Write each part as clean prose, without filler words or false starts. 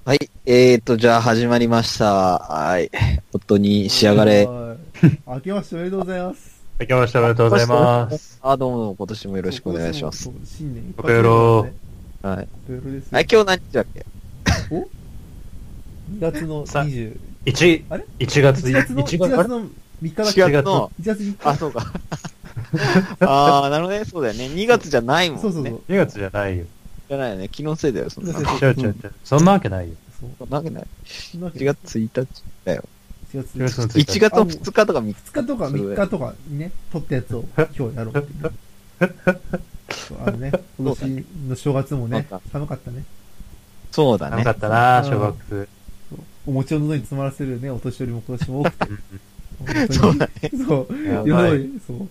はい。じゃあ始まりました。はい。夫に仕上がれ。 はい。明けましておめでとうございます。 明けましておめでとうございます。 どうも、今年もよろそう、 しくお今年も、 願いします。 そう、新年一おかよ発目からろね。 はい。 およろですよ。 はい、今日何日だっけ？ お ?2 月のさ 20、 1、 あれ 1月、 ?1 月の、 1 1 月、あれ月の3日だっ 4 け？ 月の、 1月3日。 あ、そうか。あー、なるほどね。そうだよね。2月じゃないもんね。 そうそうそう。 2月じゃないよ。 じゃないよね。気のせいだよ、そんなの。 違う違う違う。そんなわけないよ。 そう。 そんなわけない。 そんなわけ 1月1日だよ。 1月 1月の1 1月の2日とか3日。 2日とか3日とかにね、撮ったやつを今日やろうっていう。そう今年の正月もね、寒かったね。 そうだね寒か。ったな、正月。 お餅を喉に詰まらせるね、お年寄りも今年も多くて。本当にそうだね。 そう。 やばい世の中にそう。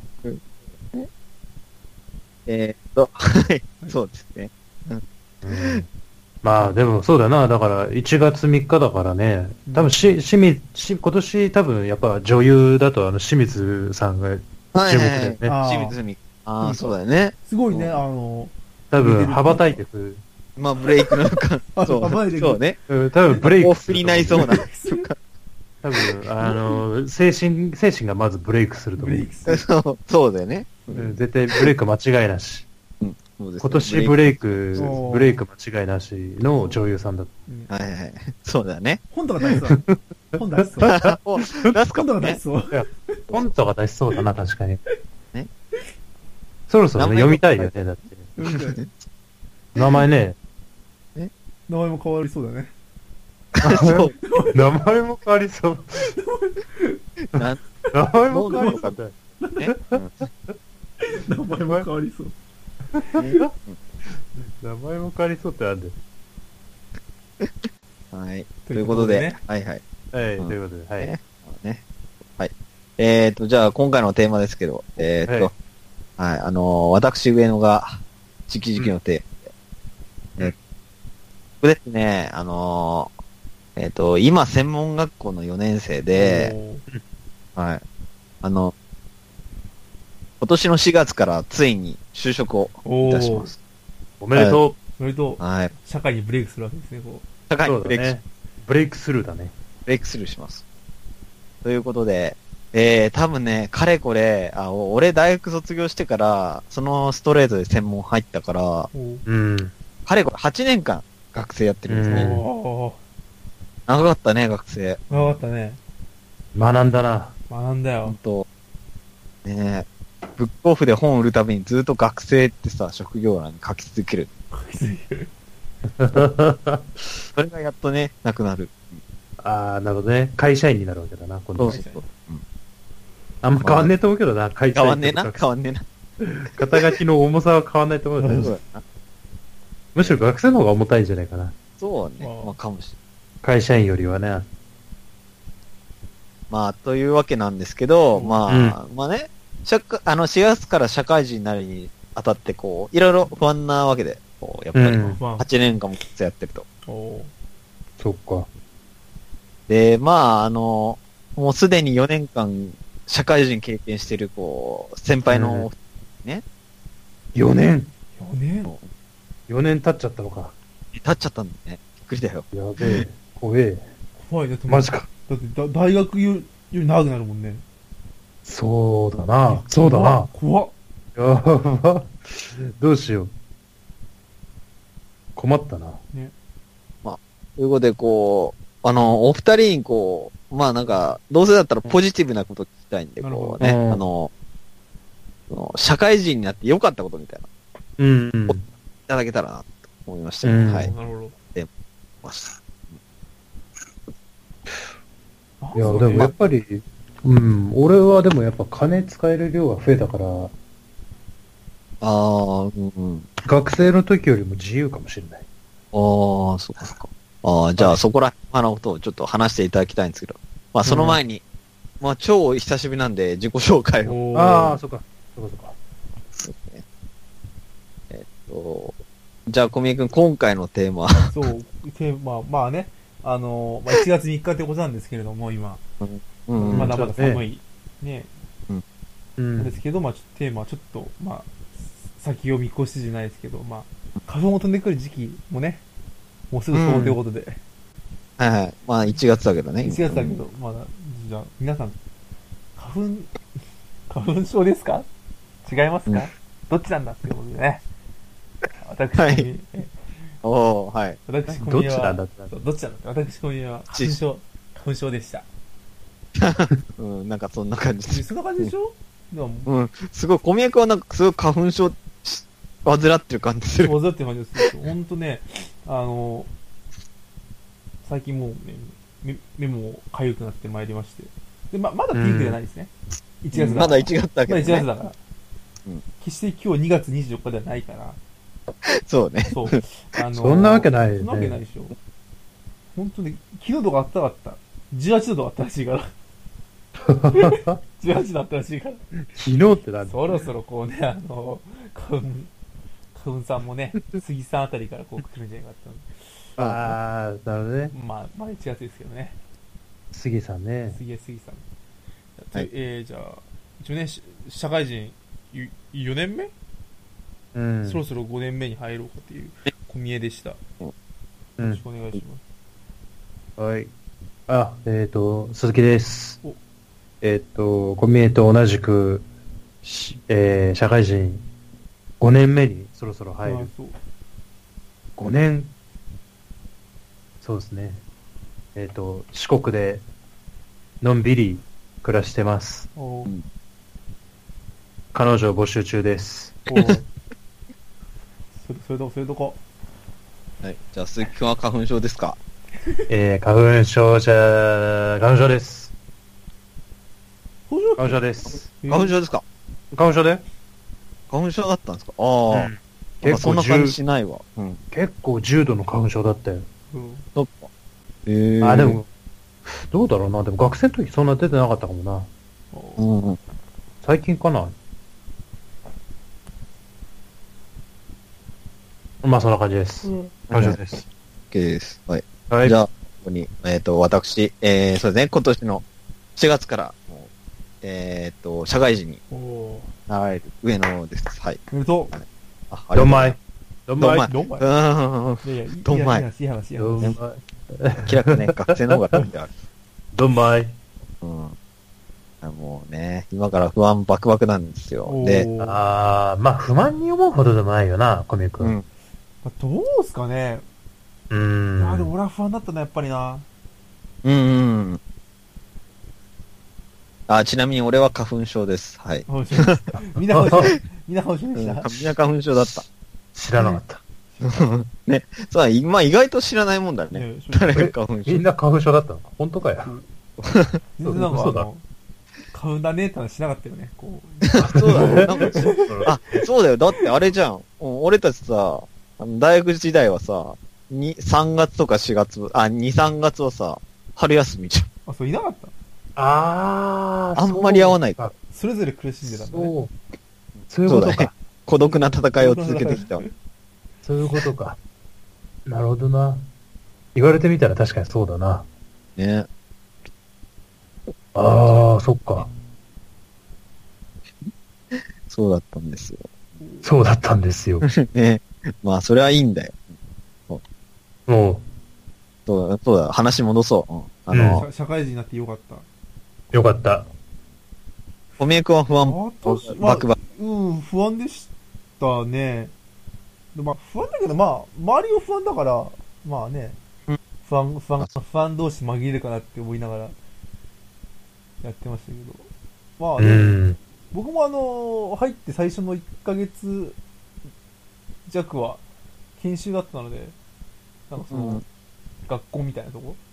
はい。そうですね。 うんまあでもそうだな。だから1月3日だからね。多分今年多分やっぱ女優だと清水さんが注目だよね。 あー清水美。ああ、そうだよね。 すごいね、 そ多分羽ばたいてく。 まあ、ブレイクのか、そう、 甘いでそうね。 多分ブレイクオフになりそうな。 多分精神がまずブレイクすると思う。 ブレイクする。 そうだよね。 絶対ブレイク間違いなし。 うんそうですね今年ブレイクそう間違いなしの女優さんだ。 うんはいはいはい。そうだね。 本とか出しそう。本出しそう。 お出すか本ともね。 か出しそう。 本とか出しそうだな、確かに。 ね。 そろそろね、読みたいよね、だって。名前ね。 名前も変わりそうだね。 そう。 名前も変わりそう。 なん名前も変わりそうだよ。 ね。 名前も変わりそう。 名前も変わりそうってなんだよ。 はい。ということで、 ね。 はいはい。 はい、 うんということで、はい。 ね。はい。じゃあ今回のテーマですけど、はい、私上野が、直々のテーマで、ここですね、今専門学校の4年生で、はい。今年の4月からついに就職をいたします。 おめでとそれと、 はい。 社会にブレイクするわけですね、こう。 社会そうだにブレイク、 ね。ブレイクスルーだね。 ブレイクスルーします。ということで、多分ね、かれこれ、俺大学卒業してから、そのストレートで専門入ったから、 う。 うん。 かれこれ8年間学生やってるんですね。 おー。 長かったね、学生。 長かったね。 学んだな。 学んだよほん。と。ねブックオフで本売るたびにずっと学生ってさ、職業欄に書き続ける。それがやっとね、なくなる。 あー、なるほどね。会社員になるわけだな、今度。 そうそうそう。 あんま変わんねえと思うけどな、会社員。 変わんねえな、変わんねえな。 肩書きの重さは変わんないと思うけどそうだな。 むしろ学生の方が重たいんじゃないかな。 そうね。まあ、かもしれない。 会社員よりはね。 まあ、というわけなんですけど、まあね、4月から社会人になるにあたって、こう、いろいろ不安なわけで、こう、やっぱり、8年間もやってると。 そっか。 で、まあ、もうすでに4年間、社会人経験してる、こう、先輩の、ね。 4年 4年 ?4 年経っちゃったのか。 経っちゃったんだね。びっくりだよ。 やべえ。怖え。 怖い。だってマジか。 だって大学より長くなるもんね。 そうだな。そうだな。 怖っ。 やば。どうしよう。困ったな。 ということで、こう、お二人にこう、まあなんか、どうせだったらポジティブなこと聞きたいんで、こうね、社会人になって良かったことみたいな、 うん。 いただけたらな、と思いました。 うんはい。 なるほど。 ました。 いや、でもやっぱり、俺はでもやっぱ金使える量が増えたから、学生の時よりも自由かもしれない。 そっかそっか。じゃあそこら辺のことをちょっと話していただきたいんですけど、まあその前に、まあ超久しぶりなんで自己紹介を。 ああ、そっか。そっかそっか。 そうですね。じゃあ小宮君、今回のテーマ。 そう、テーマ、まあね、1月3日ってことなんですけれども、今。まだまだ寒い。ね。なんですけど、まあテーマはちょっと、まあ、先を見越してじゃないですけど、まあ、花粉も飛んでくる時期もね、 もうすぐそうということで。 はいはい。まあ1月だけどね。 1月だけど、まだ、じゃあ、皆さん、花粉症ですか？違いますか？どっちなんだっていうことでね。私、 はい小宮おー、はい。 私、小どっ宮は、 ちなんだって。 どっちなんだって。私、小宮は、花粉症でした。 うん、なんかそんな感じ。 そんな感じでしょ？でも、 うん。すごい、小宮君はなんかすごい花粉症患ってる感じする。 わざって感じですけど、ほんとね、最近もうね、目も痒くなってまいりまして。で、まだピークじゃないですね。1月だから。 まだ1月だけど、ね。 まだ1月だから。 うん、 決して今日2月24日ではないから。 そうね。 そう。 そんなわけないよね。 そんなわけないでしょ。本当に、昨日とかあったかった。18度とかあったらしいから。18度あったらしいから。 昨日ってなんだ。 そろそろこうね、花粉さんもね、杉さんあたりからこう来るんじゃないかって。 ああ、なるほどね。 まあ1月ですけどね。 杉さんね。 杉さん。 はい、 じゃあ、一応ね、社会人4年目、 うん、 そろそろ5年目に入ろうかという小見えでした。よろしくお願いします。 はい。あ、鈴木です。小宮と同じく、社会人5年目にそろそろ入る。5年、そうですね。四国でのんびり暮らしてます。彼女募集中です。 それどこ。 はい。じゃあ、鈴木君は花粉症ですか？ 花粉症です。花粉症です。 花粉症ですか？ 花粉症で花粉症だったんですか？ああ、結構そんな感じしないわ。うん。 結構重度の花粉症だったよ。 そっか。 あ、でも、どうだろうな。でも学生の時そんな出てなかったかもな。 うん。 最近かな。まあそんな感じです。花粉症です。 OK です。はい。 はい。 じゃあ、ここに、私、そうですね、今年の4月から、社会人になられる上野です。はい。 おめでとう。どんまい。 どんまい。 どんまい。 どんまい。気楽ね、学生の方が楽である。 どんまい。 うん。もうね、今から不安バクバクなんですよ。で、 まあ不満に思うほどでもないよな、小宮君。うん。 どうすかね。でも俺は不安だったな、やっぱりな。 ちなみに俺は花粉症です。はい。 みんな花粉症でした。みんな花粉症だった。 知らなかった。 ね。そう、まあ意外と知らないもんだね。誰が花粉症。 みんな花粉症だったの？本当かよ。 全然なんか花粉だねって話しなかったよね。 そうだね。なんかそうだよ。だってあれじゃん。俺たちさ、大学時代はさ、3月とか4月、2、3月はさ、春休みじゃん。 そう、いなかった？ あんまり合わないか。 それぞれ苦しんでたんだね。 そういうことか。 ね、孤独な戦いを続けてきた。 そういうことか。なるほどな。言われてみたら確かにそうだな。 ね。 そっか。 そうだったんですよ。 そうだったんですよ。 ね。まあ、それはいいんだよ。そうだ、話戻そう。 社会人になってよかった。 よかった。 小宮君は不安バクバク。 不安でしたね。まあ、不安だけど、まあ、周りも不安だから、まあね、不安同士紛れるかなって思いながらやってましたけど。まあね、僕も入って最初の1ヶ月弱は研修だったので、なんか学校みたいなとこ、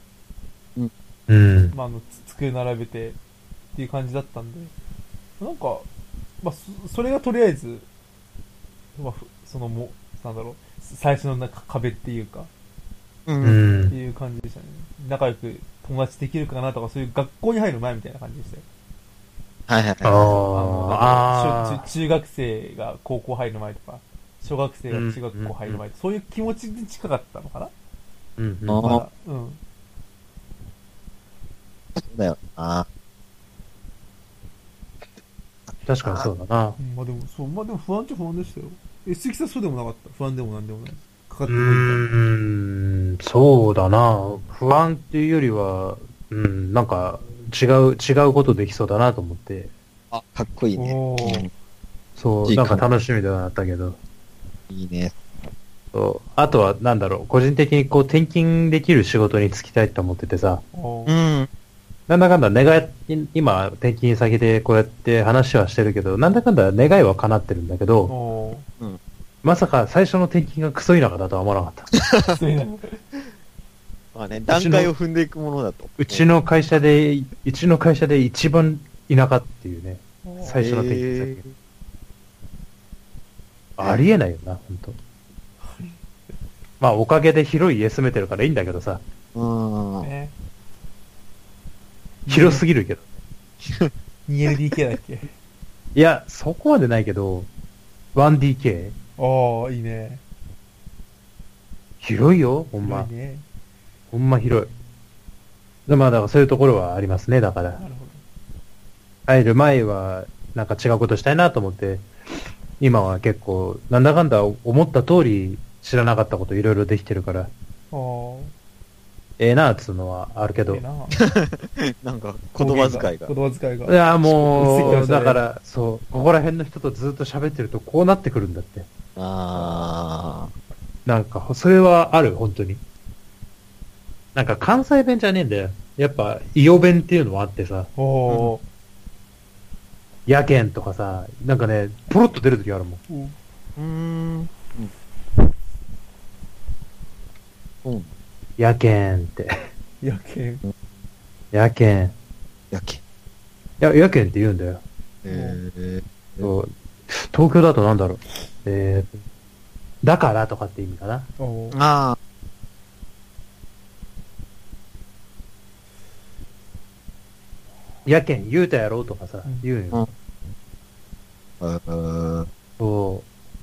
まあ机並べてっていう感じだったんで、なんか、まあそれがとりあえず、まあなんだろう、最初の壁っていうか、っていう感じでしたね。仲良く友達できるかなとか、そういう学校に入る前みたいな感じでしたよ。 はいはいはい。中学生が高校入る前とか、小学生が中学校入る前とか、そういう気持ちに近かったのかな。 そうだよな。 確かにそうだな。 まあでも不安っちゃ不安でしたよ。鈴木さんそうでもなかった？不安でもなんでもない。 かってこいみたいな。 そうだな。不安っていうよりは、なんか、違うことできそうだなと思って。 あ、かっこいいね。 そう、なんか楽しみではあったけど。 いいね。 そう。あとは、なんだろう、個人的にこう転勤できる仕事に就きたいと思っててさ。なんだかんだ今、転勤先でこうやって話はしてるけど、なんだかんだ願いは叶ってるんだけど、まさか最初の転勤がクソ田舎だとは思わなかった。 まあね、段階を踏んでいくものだと。 うちの会社で一番田舎っていうね、最初の転勤先。ありえないよな、ほんと。まあ、おかげで広い家住めてるからいいんだけどさ。広すぎるけど。 2LDK だっけ？ いや、そこまでないけど、1DK。 ああ、いいね。 広いよ、ほんま。 広いね。 ほんま広い。まあ、だからそういうところはありますね、だから。なるほど。入る前は、なんか違うことしたいなと思って、今は結構、なんだかんだ思った通り知らなかったこといろいろできてるから。ええなーっつうのはあるけど。 なんか言葉遣いが。 言葉遣いが。 いや、もう、だから、そう、ここら辺の人とずっと喋ってるとこうなってくるんだって。なんか、それはある、本当に。なんか関西弁じゃねえんだよ。やっぱ、伊予弁っていうのもあってさ。やけんとかさ、なんかね、ポロッと出るときあるもん。やけんって。 やけん。 やけん。 やけん。 やけんって言うんだよ。そう、東京だとなんだろう。だからとかって意味かな。 ああ。 やけん言うたやろとかさ、言うよ。そう。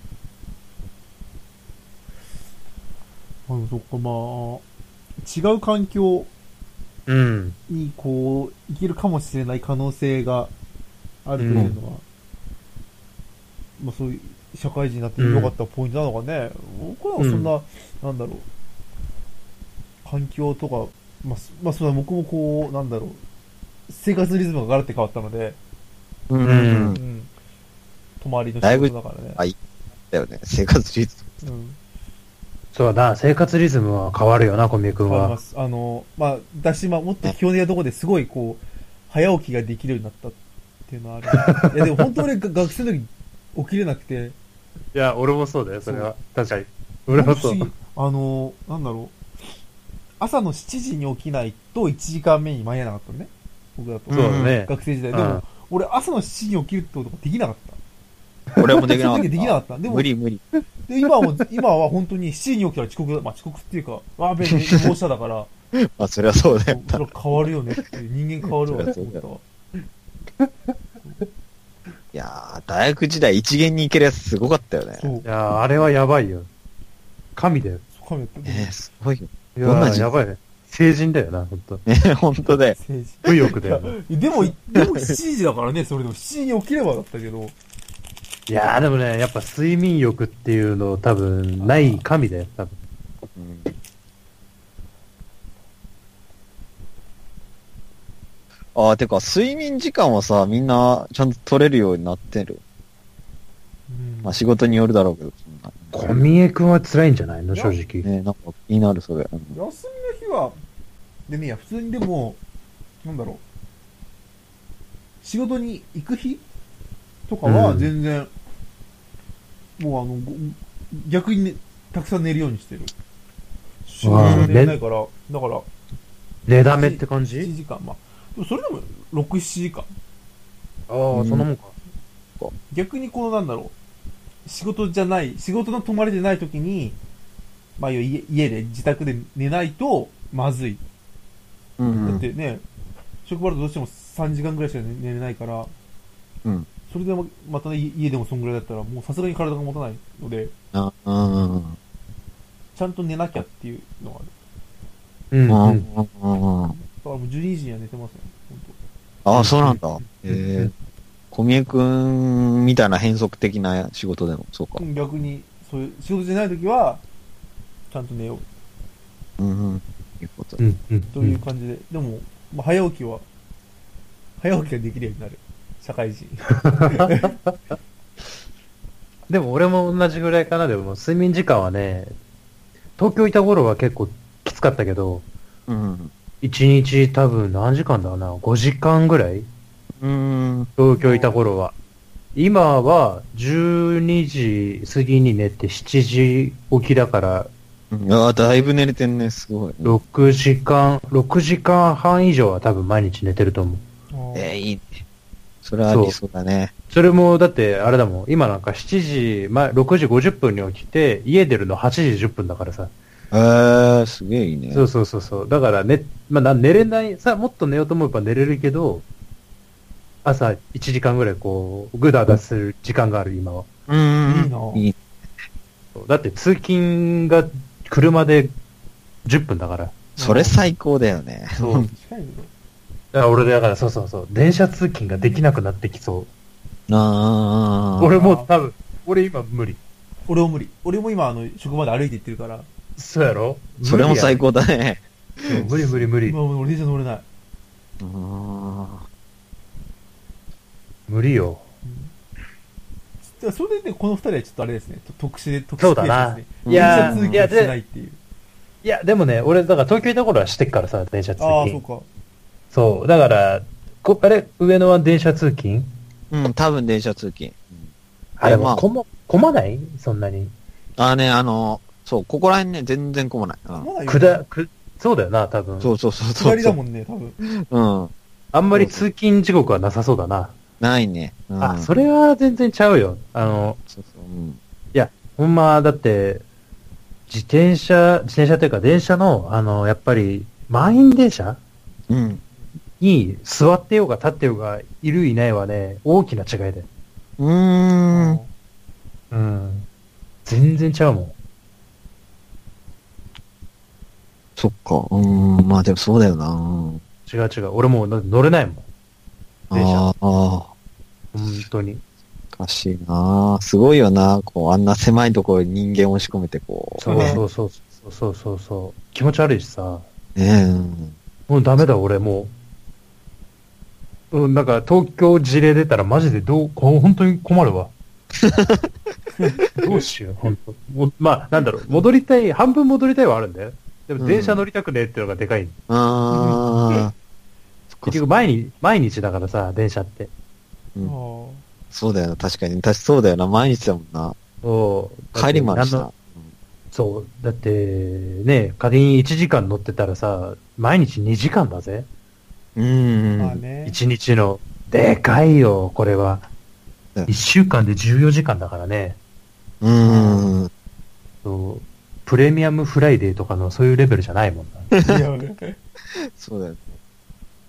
そっか、まあ、違う環境にこう、生きるかもしれない可能性があるというのは、まあそういう社会人になって良かったポイントなのかね。僕はそんな、なんだろう、環境とか、まあそれは僕もこう、なんだろう、生活リズムがガラッて変わったので、泊まりの仕事だからね。 だよね、生活リズム。 そうだ、生活リズムは変わるよな、小宮君は。 変わります。まあ、私、もっと基本的なところですごい、こう、早起きができるようになったっていうのはある。いや、でも本当俺、学生の時起きれなくて。 いや、俺もそうだよ、それは。確かに。俺もそう。 なんだろう。朝の7時に起きないと1時間目に間に合わなかったのね。僕だと。 そうだね。 学生時代。でも、俺朝の7時に起きるってことができなかった。 俺もできなかった。 できなかった。でも、 無理。 で、今は本当に7時に起きたら遅刻だ。まあ遅刻っていうか、寝坊しただから。 あ、そりゃそうだよ。 それは変わるよねっていう、人間変わるわって思った。 いやー、大学時代一元に行けるやつすごかったよね。 そう。いやー、あれはやばいよ。神だよ。 神だった。 すごいよ。 いやー、やばいね。成人だよな、ほんと。 ほんとだよ。 無欲だよ。 でも7時だからね、それでも7時に起きればだったけど。 いやーでもね、やっぱ睡眠欲っていうの多分、ない神だよ、多分。 てか、睡眠時間はさ、みんなちゃんと取れるようになってる。まあ仕事によるだろうけど。 小宮君は辛いんじゃないの、正直。 ね、なんか気になる、それ。 休みの日は、でね、普通にでも、なんだろう。仕事に行く日とかは全然、もう逆に、ね、たくさん寝るようにしてる。仕事は寝れないから、だから。 寝だめって感じ ?7 時間、まあ。それでも、6、7時間。 ああ、そんなもんか。 逆にこのなんだろう。仕事の泊まりでない時に、まあ家で、自宅で寝ないと、まずい。だってね、職場だとどうしても3時間ぐらいしか寝れないから、それでまたね、家でもそんぐらいだったら、もうさすがに体が持たないので、ちゃんと寝なきゃっていうのがある。だからもう12時には寝てますね、 本当。そうなんだ。小宮くんみたいな変則的な仕事でも、そうか。 逆に、そういう仕事じゃないときは、 ちゃんと寝よう。 うん。いうこと。 うん、うん。 という感じで。でも、まあ、早起きができるようになる。社会人。 でも俺も同じぐらいかな。でも睡眠時間はね、東京いた頃は結構きつかったけど、 うん。 1日多分何時間だな、5時間ぐらい東京いた頃は。今は12時過ぎに寝て7時起きだからああ、だいぶ寝れてんね、すごい。 6時間半以上は多分毎日寝てると思う。 いいね。それは理想だね。 それも、だって、あれだもん。今なんか6時50分に起きて、家出るの8時10分だからさ。 すげえいいね。 そう。だからね、寝れない、もっと寝ようと思えば寝れるけど、朝1時間ぐらいぐだぐだする時間がある、今は。 いいな。 いい。 だって通勤が車で10分だから。 それ最高だよね。 そう。近いね。 だからそう。電車通勤ができなくなってきそう。俺も多分、俺今無理。 俺も無理。俺も今職場で歩いて行ってるから。 そうやろ？ それも最高だね。 無理。 今俺電車乗れない。 無理よ。 それでね、この二人はちょっとあれですね。特殊ですね。 そうだな。 電車通勤してないっていう。 いや、でもね、俺、だから東京いた頃はしてっからさ、電車通勤。 ああ、そうか。 そう。だから、上野は電車通勤？ うん、多分電車通勤。 あれ、混まないそんなに。 そう、ここら辺ね、全然混まない。 混まないよね。 そうだよな、多分。 そう。 下りだもんね、多分。 うん。 あんまり通勤時刻はなさそうだな。 ないね。 それは全然ちゃうよ。 そう。 いや、ほんま、だって、自転車というか電車の、やっぱり、満員電車に座ってようが立ってようがいるいないはね、大きな違いだよ。全然ちゃうもん。 そっか。まあでもそうだよな。 違う。俺もう乗れないもん。電車。本当に。 おかしいな。すごいよな。あんな狭いところに人間を押し込めてそう。気持ち悪いしさ。もうダメだ、俺もう。なんか東京事例出たらマジで本当に困るわ。どうしよう、本当。なんだろう、半分戻りたいはあるんだよ。でも電車乗りたくねえってのがでかい。結局毎日だからさ、電車って。 そうだよな、確かに。そうだよな、毎日だもんな。帰りもあるしな。 そう。だって、ね、仮に1時間乗ってたらさ、毎日2時間だぜ。1日の。でかいよ、これは。1週間で14時間だからね。そう。プレミアムフライデーとかのそういうレベルじゃないもんな。 そうだよ。